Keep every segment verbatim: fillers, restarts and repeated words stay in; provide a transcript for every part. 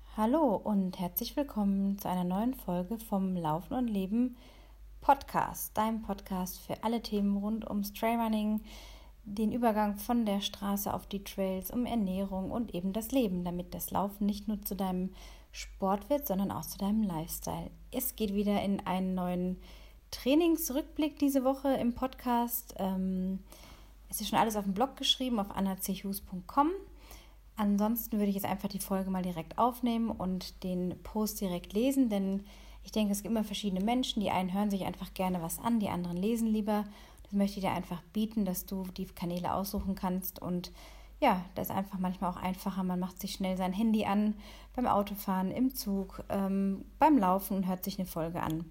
Hallo und herzlich willkommen zu einer neuen Folge vom Laufen und Leben Podcast, deinem Podcast für alle Themen rund ums Trailrunning, den Übergang von der Straße auf die Trails, um Ernährung und eben das Leben, damit das Laufen nicht nur zu deinem Sport wird, sondern auch zu deinem Lifestyle. Es geht wieder in einen neuen Trainingsrückblick diese Woche im Podcast. Ähm, es ist schon alles auf dem Blog geschrieben, auf anna c hughes punkt com. Ansonsten würde ich jetzt einfach die Folge mal direkt aufnehmen und den Post direkt lesen, denn ich denke, es gibt immer verschiedene Menschen. Die einen hören sich einfach gerne was an, die anderen lesen lieber. Das möchte ich dir einfach bieten, dass du die Kanäle aussuchen kannst. Und ja, das ist einfach manchmal auch einfacher. Man macht sich schnell sein Handy an, beim Autofahren, im Zug, ähm, beim Laufen und hört sich eine Folge an.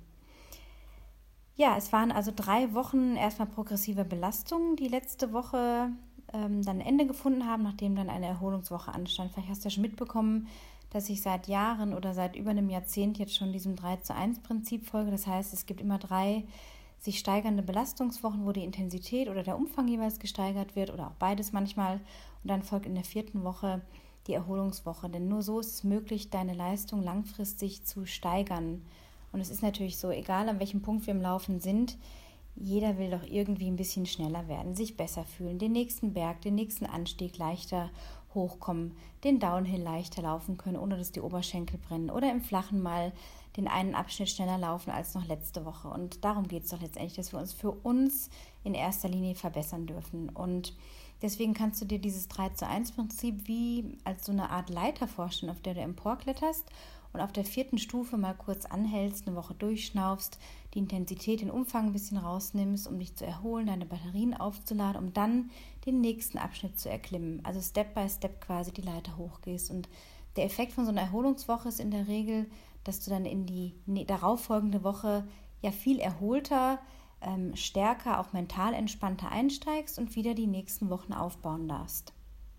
Ja, es waren also drei Wochen erstmal progressive Belastung, die letzte Woche ähm, dann ein Ende gefunden haben, nachdem dann eine Erholungswoche anstand. Vielleicht hast du ja schon mitbekommen, dass ich seit Jahren oder seit über einem Jahrzehnt jetzt schon diesem drei zu eins Prinzip folge. Das heißt, es gibt immer drei sich steigernde Belastungswochen, wo die Intensität oder der Umfang jeweils gesteigert wird oder auch beides manchmal. Und dann folgt in der vierten Woche die Erholungswoche. Denn nur so ist es möglich, deine Leistung langfristig zu steigern. Und es ist natürlich so, egal an welchem Punkt wir im Laufen sind, jeder will doch irgendwie ein bisschen schneller werden, sich besser fühlen, den nächsten Berg, den nächsten Anstieg leichter hochkommen, den Downhill leichter laufen können, ohne dass die Oberschenkel brennen oder im Flachen mal den einen Abschnitt schneller laufen als noch letzte Woche. Und darum geht es doch letztendlich, dass wir uns für uns in erster Linie verbessern dürfen. Und deswegen kannst du dir dieses drei zu eins Prinzip wie als so eine Art Leiter vorstellen, auf der du emporkletterst und auf der vierten Stufe mal kurz anhältst, eine Woche durchschnaufst, die Intensität, den Umfang ein bisschen rausnimmst, um dich zu erholen, deine Batterien aufzuladen, um dann den nächsten Abschnitt zu erklimmen. Also Step by Step quasi die Leiter hochgehst. Und der Effekt von so einer Erholungswoche ist in der Regel, dass du dann in die darauffolgende Woche ja viel erholter, ähm, stärker, auch mental entspannter einsteigst und wieder die nächsten Wochen aufbauen darfst.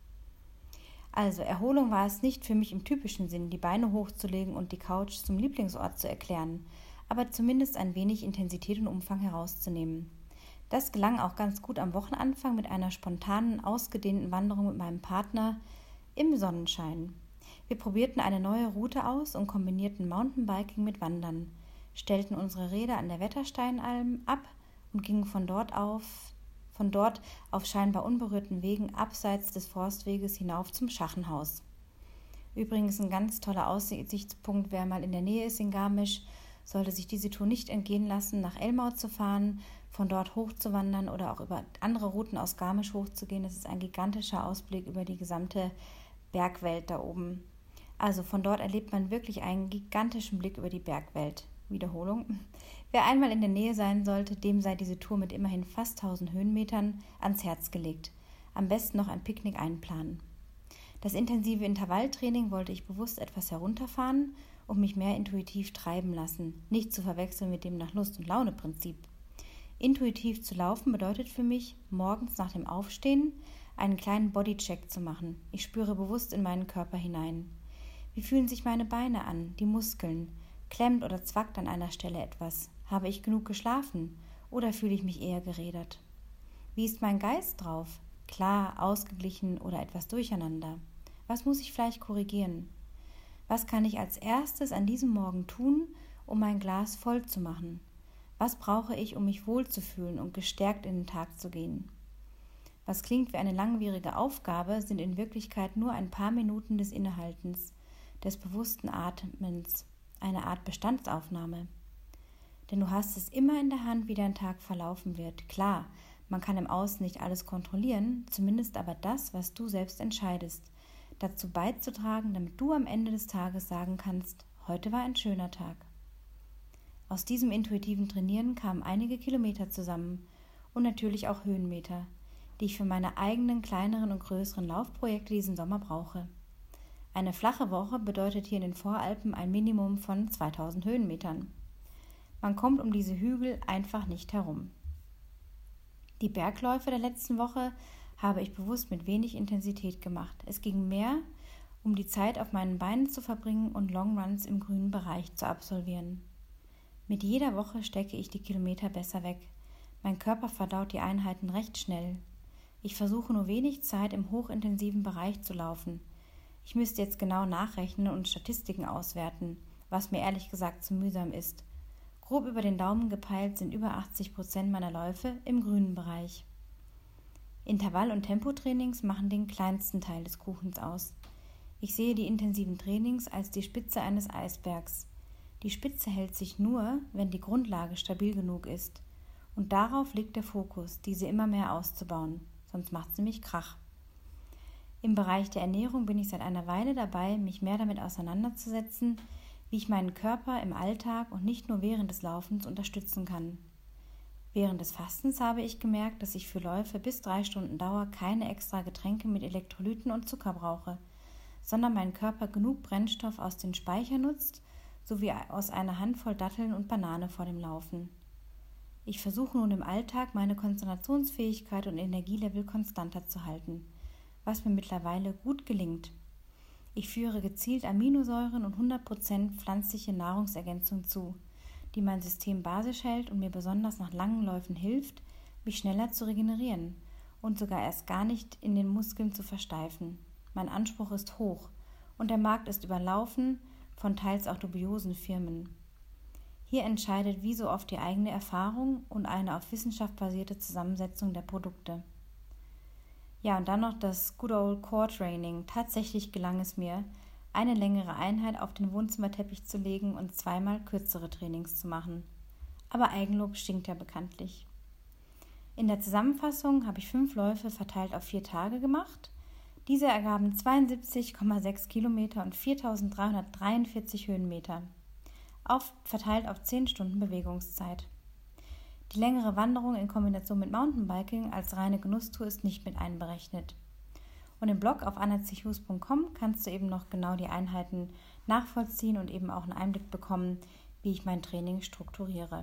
Also Erholung war es nicht für mich im typischen Sinn, die Beine hochzulegen und die Couch zum Lieblingsort zu erklären, aber zumindest ein wenig Intensität und Umfang herauszunehmen. Das gelang auch ganz gut am Wochenanfang mit einer spontanen, ausgedehnten Wanderung mit meinem Partner im Sonnenschein. Wir probierten eine neue Route aus und kombinierten Mountainbiking mit Wandern, stellten unsere Räder an der Wettersteinalm ab und gingen von dort auf Von dort auf scheinbar unberührten Wegen abseits des Forstweges hinauf zum Schachenhaus. Übrigens ein ganz toller Aussichtspunkt, wer mal in der Nähe ist in Garmisch, sollte sich diese Tour nicht entgehen lassen, nach Elmau zu fahren, von dort hochzuwandern oder auch über andere Routen aus Garmisch hochzugehen. Das ist ein gigantischer Ausblick über die gesamte Bergwelt da oben. Also von dort erlebt man wirklich einen gigantischen Blick über die Bergwelt. Wiederholung. Wer einmal in der Nähe sein sollte, dem sei diese Tour mit immerhin fast tausend Höhenmetern ans Herz gelegt. Am besten noch ein Picknick einplanen. Das intensive Intervalltraining wollte ich bewusst etwas herunterfahren und mich mehr intuitiv treiben lassen, nicht zu verwechseln mit dem nach Lust- und Laune-Prinzip. Intuitiv zu laufen bedeutet für mich, morgens nach dem Aufstehen einen kleinen Bodycheck zu machen. Ich spüre bewusst in meinen Körper hinein. Wie fühlen sich meine Beine an, die Muskeln? Klemmt oder zwackt an einer Stelle etwas? Habe ich genug geschlafen oder fühle ich mich eher gerädert? Wie ist mein Geist drauf? Klar, ausgeglichen oder etwas durcheinander? Was muss ich vielleicht korrigieren? Was kann ich als erstes an diesem Morgen tun, um mein Glas voll zu machen? Was brauche ich, um mich wohlzufühlen und gestärkt in den Tag zu gehen? Was klingt wie eine langwierige Aufgabe, sind in Wirklichkeit nur ein paar Minuten des Innehaltens, des bewussten Atmens, eine Art Bestandsaufnahme. Denn du hast es immer in der Hand, wie dein Tag verlaufen wird. Klar, man kann im Außen nicht alles kontrollieren, zumindest aber das, was du selbst entscheidest, dazu beizutragen, damit du am Ende des Tages sagen kannst, heute war ein schöner Tag. Aus diesem intuitiven Trainieren kamen einige Kilometer zusammen und natürlich auch Höhenmeter, die ich für meine eigenen kleineren und größeren Laufprojekte diesen Sommer brauche. Eine flache Woche bedeutet hier in den Voralpen ein Minimum von zweitausend Höhenmetern. Man kommt um diese Hügel einfach nicht herum. Die Bergläufe der letzten Woche habe ich bewusst mit wenig Intensität gemacht. Es ging mehr, um die Zeit auf meinen Beinen zu verbringen und Longruns im grünen Bereich zu absolvieren. Mit jeder Woche stecke ich die Kilometer besser weg. Mein Körper verdaut die Einheiten recht schnell. Ich versuche nur wenig Zeit im hochintensiven Bereich zu laufen. Ich müsste jetzt genau nachrechnen und Statistiken auswerten, was mir ehrlich gesagt zu mühsam ist. Grob über den Daumen gepeilt sind über achtzig Prozent meiner Läufe im grünen Bereich. Intervall- und Tempotrainings machen den kleinsten Teil des Kuchens aus. Ich sehe die intensiven Trainings als die Spitze eines Eisbergs. Die Spitze hält sich nur, wenn die Grundlage stabil genug ist. Und darauf liegt der Fokus, diese immer mehr auszubauen, sonst macht sie mich Krach. Im Bereich der Ernährung bin ich seit einer Weile dabei, mich mehr damit auseinanderzusetzen, wie ich meinen Körper im Alltag und nicht nur während des Laufens unterstützen kann. Während des Fastens habe ich gemerkt, dass ich für Läufe bis drei Stunden Dauer keine extra Getränke mit Elektrolyten und Zucker brauche, sondern mein Körper genug Brennstoff aus den Speichern nutzt, sowie aus einer Handvoll Datteln und Banane vor dem Laufen. Ich versuche nun im Alltag, meine Konzentrationsfähigkeit und Energielevel konstanter zu halten, was mir mittlerweile gut gelingt. Ich führe gezielt Aminosäuren und hundert Prozent pflanzliche Nahrungsergänzung zu, die mein System basisch hält und mir besonders nach langen Läufen hilft, mich schneller zu regenerieren und sogar erst gar nicht in den Muskeln zu versteifen. Mein Anspruch ist hoch und der Markt ist überlaufen von teils auch dubiosen Firmen. Hier entscheidet wie so oft die eigene Erfahrung und eine auf Wissenschaft basierte Zusammensetzung der Produkte. Ja, und dann noch das Good Old Core Training. Tatsächlich gelang es mir, eine längere Einheit auf den Wohnzimmerteppich zu legen und zweimal kürzere Trainings zu machen. Aber Eigenlob stinkt ja bekanntlich. In der Zusammenfassung habe ich fünf Läufe verteilt auf vier Tage gemacht. Diese ergaben zweiundsiebzig Komma sechs Kilometer und viertausenddreihundertdreiundvierzig Höhenmeter, auf, verteilt auf zehn Stunden Bewegungszeit. Die längere Wanderung in Kombination mit Mountainbiking als reine Genusstour ist nicht mit einberechnet. Und im Blog auf anna zig hus punkt com kannst du eben noch genau die Einheiten nachvollziehen und eben auch einen Einblick bekommen, wie ich mein Training strukturiere.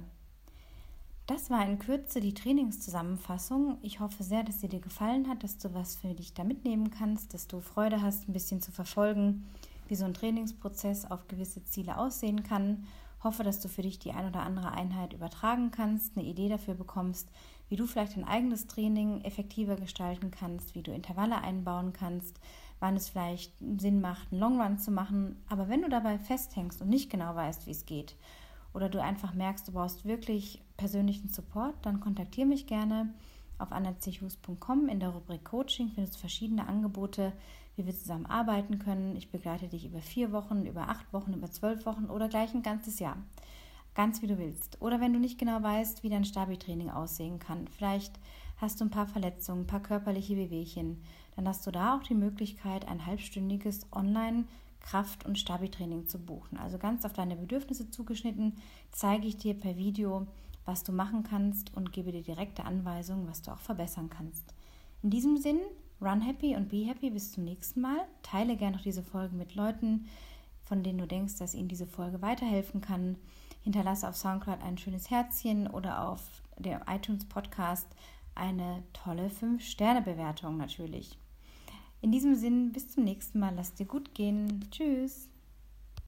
Das war in Kürze die Trainingszusammenfassung. Ich hoffe sehr, dass sie dir gefallen hat, dass du was für dich da mitnehmen kannst, dass du Freude hast, ein bisschen zu verfolgen, wie so ein Trainingsprozess auf gewisse Ziele aussehen kann. Hoffe, dass du für dich die ein oder andere Einheit übertragen kannst, eine Idee dafür bekommst, wie du vielleicht dein eigenes Training effektiver gestalten kannst, wie du Intervalle einbauen kannst, wann es vielleicht Sinn macht, einen Long Run zu machen. Aber wenn du dabei festhängst und nicht genau weißt, wie es geht, oder du einfach merkst, du brauchst wirklich persönlichen Support, dann kontaktiere mich gerne auf anna zig hus punkt com. In der Rubrik Coaching findest du verschiedene Angebote, wie wir zusammen arbeiten können. Ich begleite dich über vier Wochen, über acht Wochen, über zwölf Wochen oder gleich ein ganzes Jahr. Ganz wie du willst. Oder wenn du nicht genau weißt, wie dein Stabi-Training aussehen kann. Vielleicht hast du ein paar Verletzungen, ein paar körperliche Wehwehchen. Dann hast du da auch die Möglichkeit, ein halbstündiges Online-Kraft- und Stabi-Training zu buchen. Also ganz auf deine Bedürfnisse zugeschnitten, zeige ich dir per Video, was du machen kannst und gebe dir direkte Anweisungen, was du auch verbessern kannst. In diesem Sinn, run happy und be happy. Bis zum nächsten Mal. Teile gerne noch diese Folge mit Leuten, von denen du denkst, dass ihnen diese Folge weiterhelfen kann. Hinterlasse auf Soundcloud ein schönes Herzchen oder auf dem iTunes-Podcast eine tolle fünf Sterne Bewertung natürlich. In diesem Sinn, bis zum nächsten Mal. Lass dir gut gehen. Tschüss.